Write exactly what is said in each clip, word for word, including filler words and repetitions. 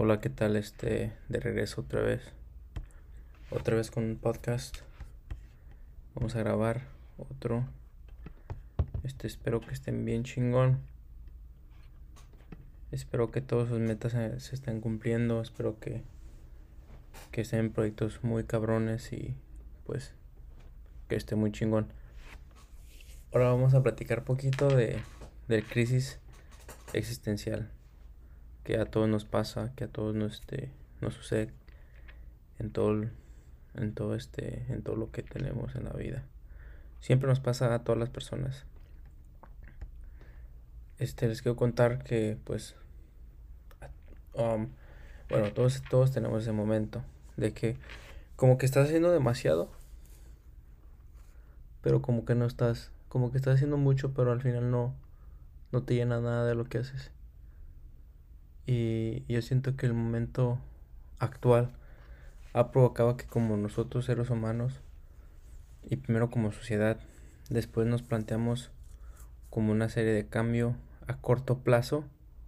Hola, ¿qué tal? Este, de regreso otra vez. Otra vez con un podcast. Vamos a grabar otro. Este, espero que estén bien chingón. Espero que todas sus metas se, se estén cumpliendo. Espero que, que sean proyectos muy cabrones y pues que esté muy chingón. Ahora vamos a platicar poquito de, de crisis existencial que a todos nos pasa, que a todos nos, este, nos sucede en todo, en todo este, en todo lo que tenemos en la vida. Siempre nos pasa a todas las personas. Este, les quiero contar que, pues, um, bueno, todos, todos tenemos ese momento de que como que estás haciendo demasiado, pero como que no estás, como que estás haciendo mucho, pero al final no, no te llena nada de lo que haces. Y yo siento que el momento actual ha provocado que como nosotros seres humanos, y primero como sociedad, después nos planteamos como una serie de cambio a corto plazo,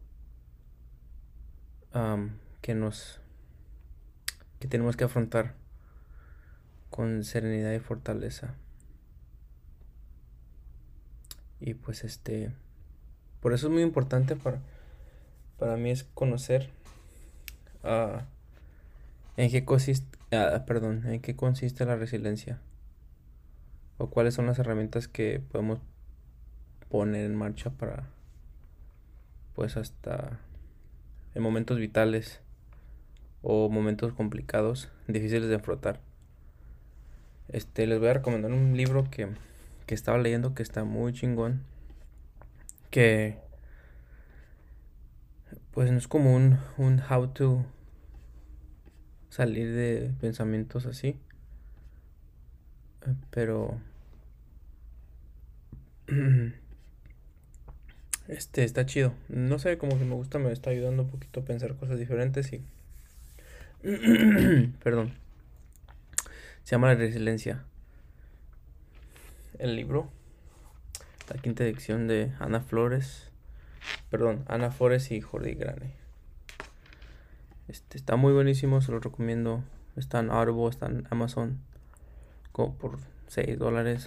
um, que nos que tenemos que afrontar con serenidad y fortaleza. Y pues este, por eso es muy importante para, para mí es conocer uh, en qué consiste, uh, perdón, en qué consiste la resiliencia o cuáles son las herramientas que podemos poner en marcha para, pues hasta en momentos vitales o momentos complicados, difíciles de afrontar. Este, les voy a recomendar un libro que, que estaba leyendo que está muy chingón, que pues no es como un, un how to salir de pensamientos así, pero este está chido. No sé, como que me gusta, me está ayudando un poquito a pensar cosas diferentes y perdón. Se llama La Resiliencia. El libro, la quinta edición de Ana Flores, perdón, Ana Flores y Jordi Grane. Este está muy buenísimo, se lo recomiendo. Está en Audible, está en Amazon, como por seis dólares.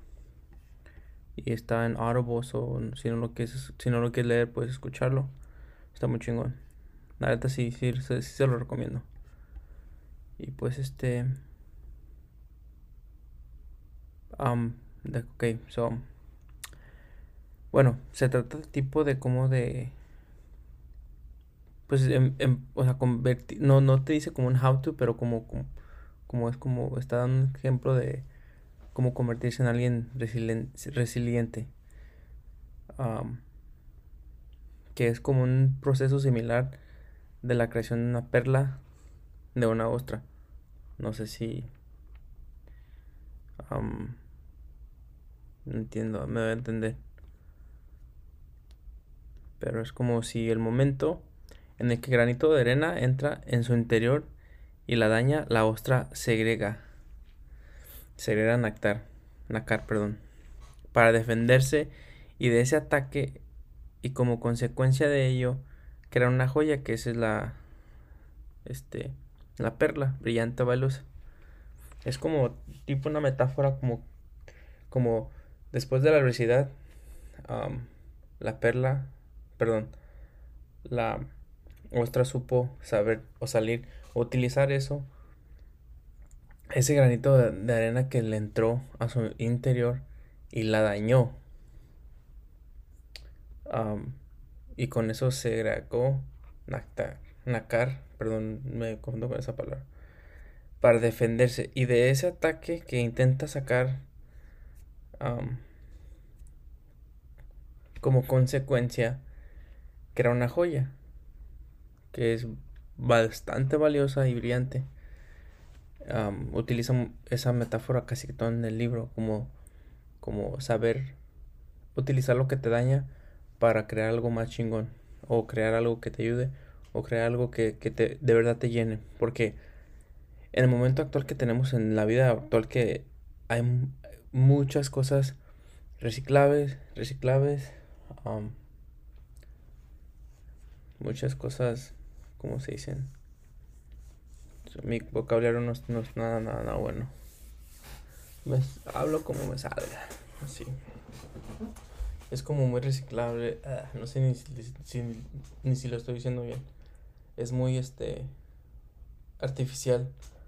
Y está en Audible, so, si no lo quieres, si no lo quieres leer, puedes escucharlo. Está muy chingón. La neta sí, sí, sí, sí se lo recomiendo. Y pues este... Um, de, ok, so... Bueno, se trata de tipo de como de... Pues, em, em, o sea, convertir... No, no te dice como un how to, pero como, como, como es como... Está dando un ejemplo de cómo convertirse en alguien resilien- resiliente. Um, que es como un proceso similar de la creación de una perla de una ostra. No sé si... Um, no entiendo, me voy a entender. Pero es como si el momento en el que granito de arena entra en su interior y la daña, la ostra segrega, segrega nácar, nácar, perdón, para defenderse y de ese ataque y como consecuencia de ello crea una joya que esa es la, este, la perla brillante valiosa. Es como tipo una metáfora como, como después de la adversidad, um, la perla, perdón, la ostra supo saber o salir o utilizar eso, ese granito de, de arena que le entró a su interior y la dañó. Um, y con eso se agregó Naktar, Nakar, perdón, me confundo con esa palabra, para defenderse. Y de ese ataque que intenta sacar um, como consecuencia, crea una joya que es bastante valiosa y brillante. Um, utiliza esa metáfora casi todo en el libro, como, como saber utilizar lo que te daña para crear algo más chingón, o crear algo que te ayude, o crear algo que, que te, de verdad te llene. Porque en el momento actual que tenemos, en la vida actual, que hay muchas cosas reciclables, reciclables, um, muchas cosas ¿cómo se dicen? Mi vocabulario no es, no es nada, nada, nada bueno. Me, hablo como me salga, así. Es como muy reciclable. Ah, no sé ni si, si- ni si lo estoy diciendo bien. Es muy, este, artificial.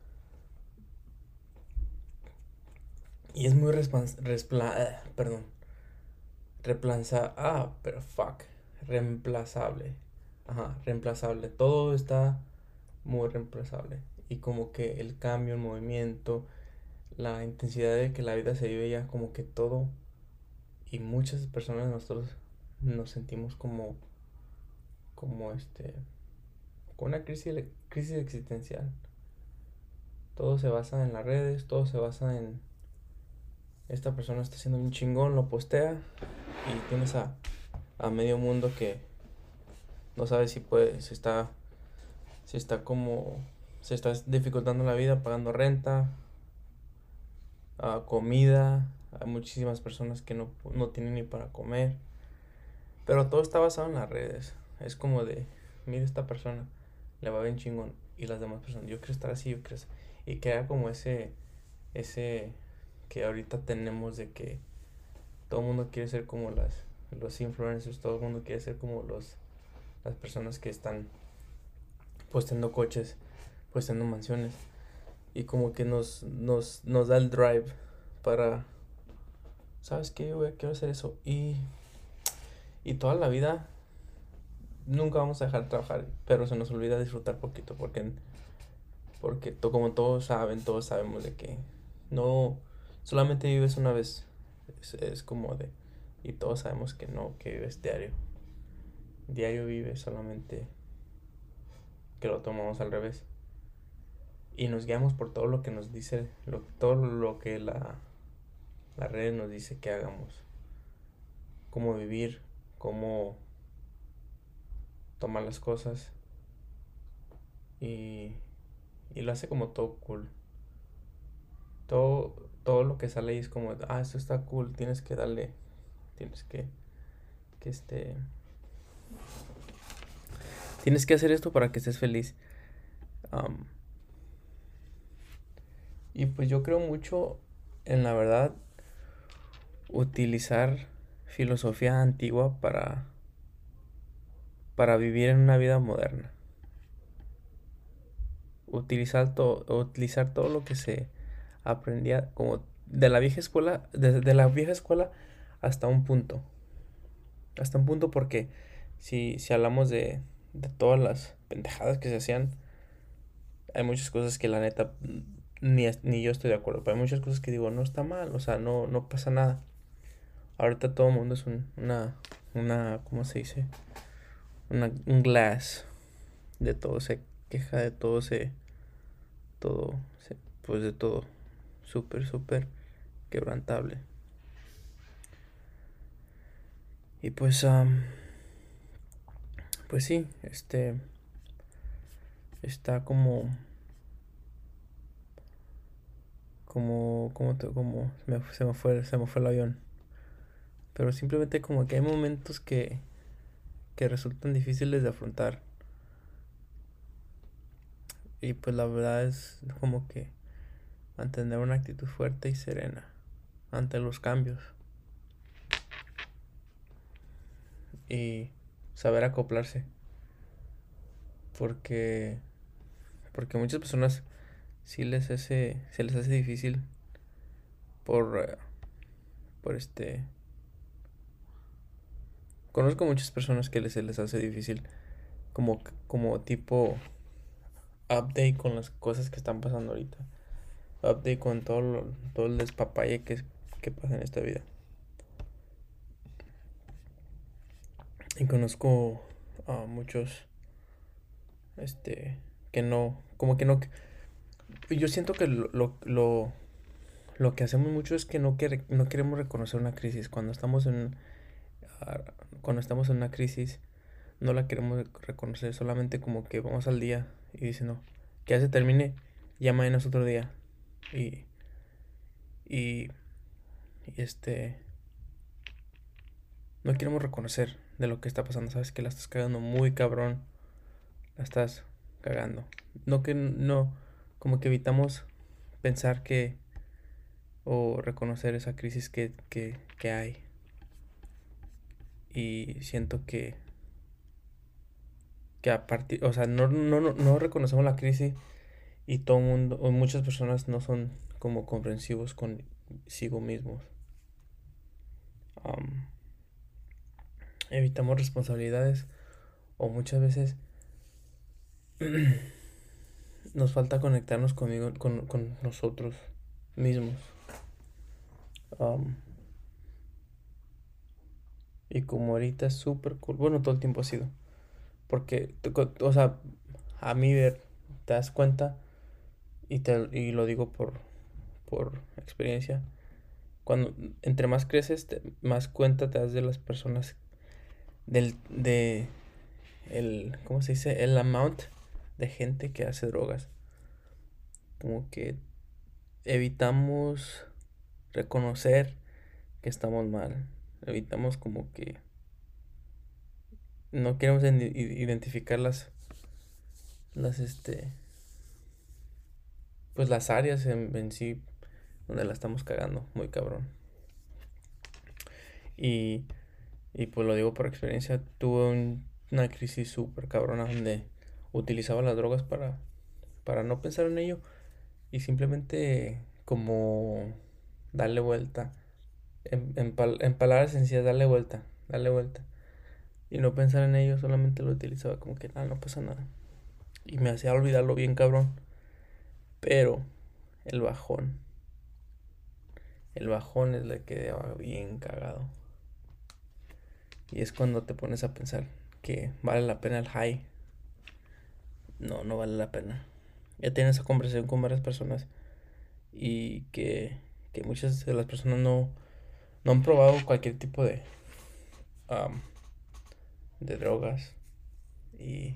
Y es muy respons- respla- ah, perdón. Reemplaza, ah, pero fuck. Reemplazable. Ajá, reemplazable. Todo está muy reemplazable. Y como que el cambio, el movimiento, la intensidad de que la vida se vive ya como que todo. Y muchas personas nosotros nos sentimos como, como este, con una crisis, crisis existencial. Todo se basa en las redes, todo se basa en esta persona está haciendo un chingón, lo postea y tienes a, a medio mundo que no sabe si puede, si está, si está como, se está dificultando la vida pagando renta, uh, comida, hay muchísimas personas que no, no tienen ni para comer, pero todo está basado en las redes, es como de, mira esta persona, le va bien chingón y las demás personas, yo quiero estar así, yo quiero, y queda como ese, ese que ahorita tenemos de que todo el mundo quiere ser como las los influencers, todo el mundo quiere ser como los las personas que están posteando coches, posteando mansiones y como que nos nos nos da el drive para ¿sabes qué? Güey, quiero hacer eso y y toda la vida nunca vamos a dejar de trabajar, pero se nos olvida disfrutar poquito porque porque to, como todos saben, todos sabemos de que no solamente vives una vez. Es, es como de y todos sabemos que no, que vives diario. Diario vive solamente que lo tomamos al revés. Y nos guiamos por todo lo que nos dice, lo, todo lo que la, la red nos dice que hagamos. Cómo vivir, cómo tomar las cosas. Y, y lo hace como todo cool. Todo, todo lo que sale ahí es como, ah, esto está cool, tienes que darle, tienes que, que este, tienes que hacer esto para que estés feliz. Um, y pues yo creo mucho en la verdad utilizar filosofía antigua para, para vivir en una vida moderna. Utilizar, to, utilizar todo lo que se aprendía como de la vieja escuela, desde de la vieja escuela hasta un punto. Hasta un punto porque si, si hablamos de, de todas las pendejadas que se hacían, hay muchas cosas que la neta ni, ni yo estoy de acuerdo, pero hay muchas cosas que digo, no está mal, o sea, no, no pasa nada. Ahorita todo el mundo es un, una, una, ¿cómo se dice? Una, un glass. De todo se queja, de todo se, todo, se, pues de todo. Súper, súper quebrantable. Y pues, um, pues sí, este, está como, como, como, te, como, se me, se me fue, se me fue el avión. Pero simplemente como que hay momentos que, que resultan difíciles de afrontar. Y pues la verdad es como que mantener una actitud fuerte y serena ante los cambios. Y saber acoplarse. Porque, porque muchas personas sí les hace, se les hace difícil por, eh, por este... Conozco muchas personas que les, se les hace difícil como, como tipo update con las cosas que están pasando ahorita. Update con todo, lo, todo el despapalle que, que pasa en esta vida. Y conozco a muchos, este, que no, como que no... Yo siento que lo, lo, lo, lo que hacemos mucho es que no, quer, no queremos reconocer una crisis. Cuando estamos en, uh, cuando estamos en una crisis no la queremos reconocer, solamente como que vamos al día y dicen, no, que ya se termine, ya mañana es otro día. Y, y, y este, no queremos reconocer de lo que está pasando, sabes que la estás cagando muy cabrón, la estás cagando. No que no, como que evitamos pensar que o reconocer esa crisis que, que, que hay. Y siento que, que a partir, o sea, no, no, no, no reconocemos la crisis y todo el mundo, o muchas personas no son como comprensivos consigo mismos. Um, evitamos responsabilidades o muchas veces nos falta conectarnos conmigo, con, con nosotros mismos. Um, y como ahorita es súper cool, bueno, todo el tiempo ha sido. Porque, o sea, a mí ver, te das cuenta, y, te, y lo digo por, por experiencia, cuando entre más creces, te, más cuenta te das de las personas, del, de, el, ¿cómo se dice? El amount de gente que hace drogas. Como que evitamos reconocer que estamos mal. Evitamos como que no queremos identificar las, las, este, pues las áreas en, en sí donde la estamos cagando, muy cabrón. Y, y pues lo digo por experiencia, tuve un, una crisis súper cabrona donde utilizaba las drogas para, para no pensar en ello y simplemente como darle vuelta. En, en, pal en palabras sencillas, darle vuelta, darle vuelta. Y no pensar en ello, solamente lo utilizaba como que, ah, no pasa nada. Y me hacía olvidarlo bien cabrón. Pero el bajón, el bajón es la que quedaba bien cagado. Y es cuando te pones a pensar que vale la pena el high. No, no vale la pena. Ya tienes esa conversación con varias personas y que, que muchas de las personas no, no han probado cualquier tipo de, um, de drogas. Y,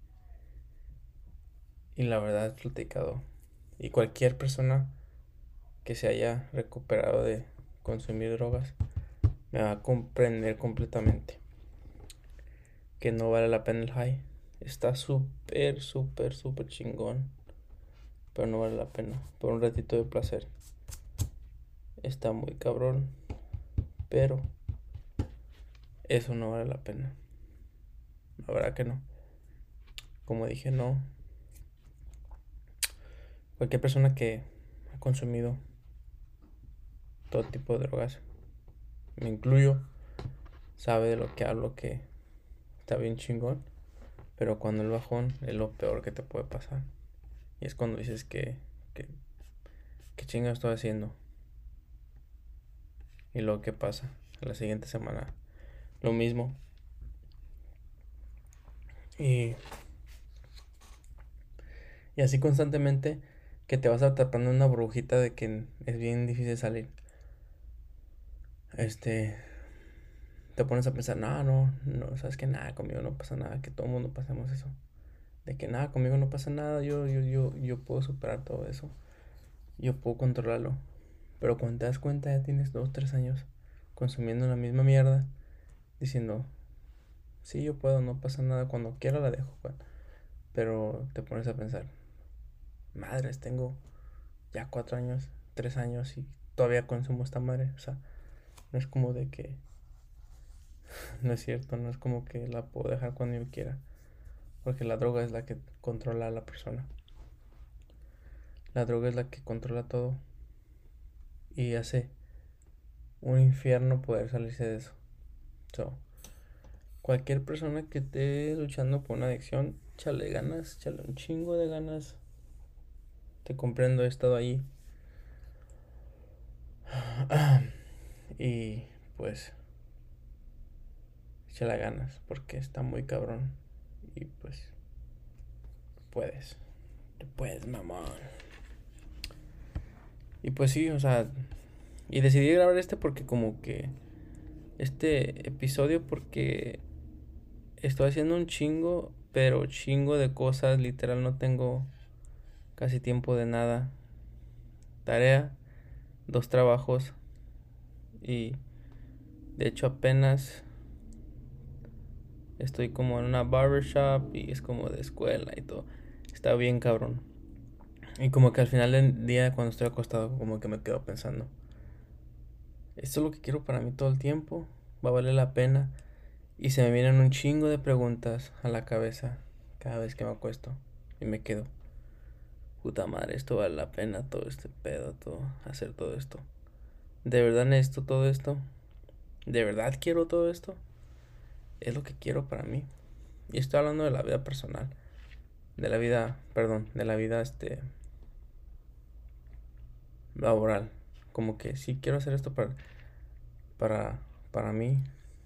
y la verdad he platicado. Y cualquier persona que se haya recuperado de consumir drogas me va a comprender completamente que no vale la pena el high. Está súper, súper, súper chingón. Pero no vale la pena. Por un ratito de placer. Está muy cabrón. Pero eso no vale la pena. La verdad que no. Como dije, no. Cualquier persona que ha consumido todo tipo de drogas, me incluyo, sabe de lo que hablo, que está bien chingón. Pero cuando el bajón es lo peor que te puede pasar. Y es cuando dices que, que, ¿qué chingados estoy haciendo? Y luego, ¿qué pasa? La siguiente semana, lo mismo. Y, y así constantemente que te vas atrapando en una burbujita de que es bien difícil salir. Este, te pones a pensar, no, no, no, sabes que nada, conmigo no pasa nada, que todo el mundo pasamos eso. De que nada, conmigo no pasa nada, yo, yo, yo, yo puedo superar todo eso. Yo puedo controlarlo. Pero cuando te das cuenta ya tienes dos, tres años consumiendo la misma mierda, diciendo, sí, yo puedo, no pasa nada, cuando quiera la dejo, pues. Pero te pones a pensar, madres, tengo ya cuatro años, tres años y todavía consumo esta madre. O sea, no es como de que, no es cierto, no es como que la puedo dejar cuando yo quiera. Porque la droga es la que controla a la persona. La droga es la que controla todo. Y hace un infierno poder salirse de eso. So, cualquier persona que esté luchando por una adicción, chale ganas, chale un chingo de ganas. Te comprendo, he estado ahí. Y pues, échale ganas, porque está muy cabrón. Y pues, puedes. Tú puedes, mamón. Y pues sí, o sea, y decidí grabar este porque como que, este episodio porque estoy haciendo un chingo, pero chingo de cosas, literal no tengo casi tiempo de nada. Tarea, dos trabajos y de hecho apenas Estoy como en una barbershop y es como de escuela y todo. Está bien cabrón. Y como que al final del día cuando estoy acostado como que me quedo pensando. Esto es lo que quiero para mí todo el tiempo. Va a valer la pena. Y se me vienen un chingo de preguntas a la cabeza cada vez que me acuesto. Y me quedo. Puta madre, esto vale la pena, todo este pedo, todo, hacer todo esto. ¿De verdad necesito todo esto? ¿De verdad quiero todo esto? Es lo que quiero para mí. Y estoy hablando de la vida personal. De la vida, perdón, de la vida, este, laboral. Como que sí quiero hacer esto para, para, para mí.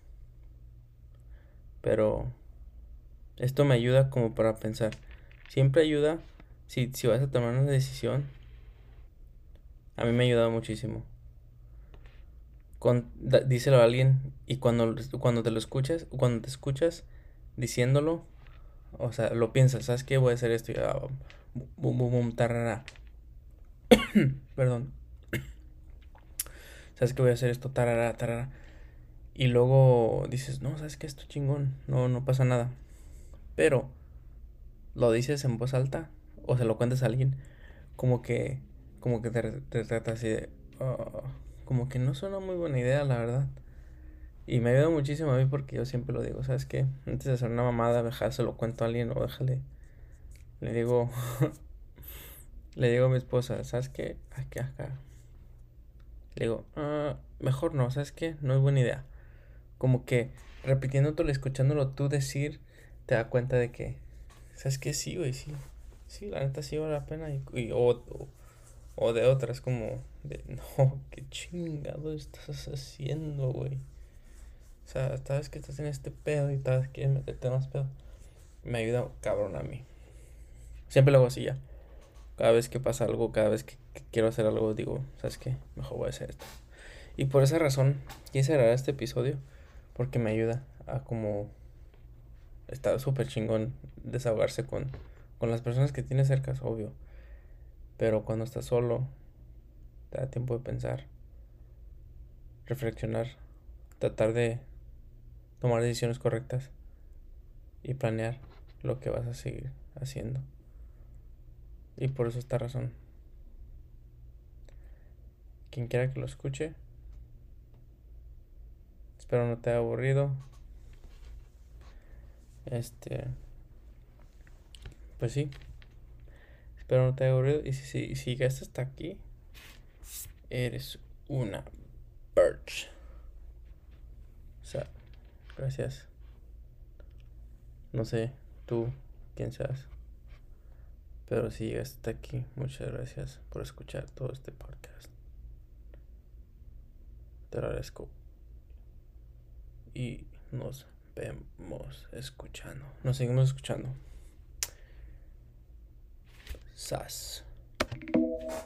Pero esto me ayuda como para pensar. Siempre ayuda, si, si vas a tomar una decisión, a mí me ha ayudado muchísimo. Con, da- díselo a alguien y cuando, cuando te lo escuchas, cuando te escuchas diciéndolo, o sea, lo piensas, ¿sabes qué? Voy a hacer esto y ah, bum, bum, bum, tarara. Perdón. ¿Sabes qué? Voy a hacer esto, tarara, tarara. Y luego dices, no, ¿sabes qué? Esto chingón, no, no pasa nada. Pero lo dices en voz alta o se lo cuentas a alguien, como que, como que te, te trata así de, "Ah", como que no suena muy buena idea, la verdad. Y me ayuda muchísimo a mí porque yo siempre lo digo, ¿sabes qué? Antes de hacer una mamada, dejar se lo cuento a alguien o déjale. Le digo, le digo a mi esposa, ¿sabes qué? Aquí, acá. Le digo, ah, mejor no, ¿sabes qué? No es buena idea. Como que repitiéndolo, escuchándolo tú decir, te das cuenta de que, ¿sabes qué? Sí, güey, sí. Sí, la neta sí vale la pena. Y, y- o, o, o de otras, como, de, no, qué chingado estás haciendo, güey. O sea, sabes que estás en este pedo y sabes que quieres meterte más pedo. Me ayuda cabrón a mí. Siempre lo hago así ya. Cada vez que pasa algo, cada vez que, que quiero hacer algo, digo, ¿sabes qué? Mejor voy a hacer esto. Y por esa razón quise grabar este episodio. Porque me ayuda a como... Está súper chingón desahogarse con, con las personas que tienes cerca, es obvio. Pero cuando estás solo, te da tiempo de pensar, reflexionar, tratar de tomar decisiones correctas y planear lo que vas a seguir haciendo. Y por eso esta razón. Quien quiera que lo escuche, espero no te haya aburrido. Este, pues sí, espero no te haya aburrido. Y si, si, si llegaste hasta aquí, eres una birch. O sea, gracias. No sé, tú, quién seas. Pero si llegaste hasta aquí, muchas gracias por escuchar todo este podcast. Te lo agradezco. Y nos vemos escuchando. Nos seguimos escuchando. Sas.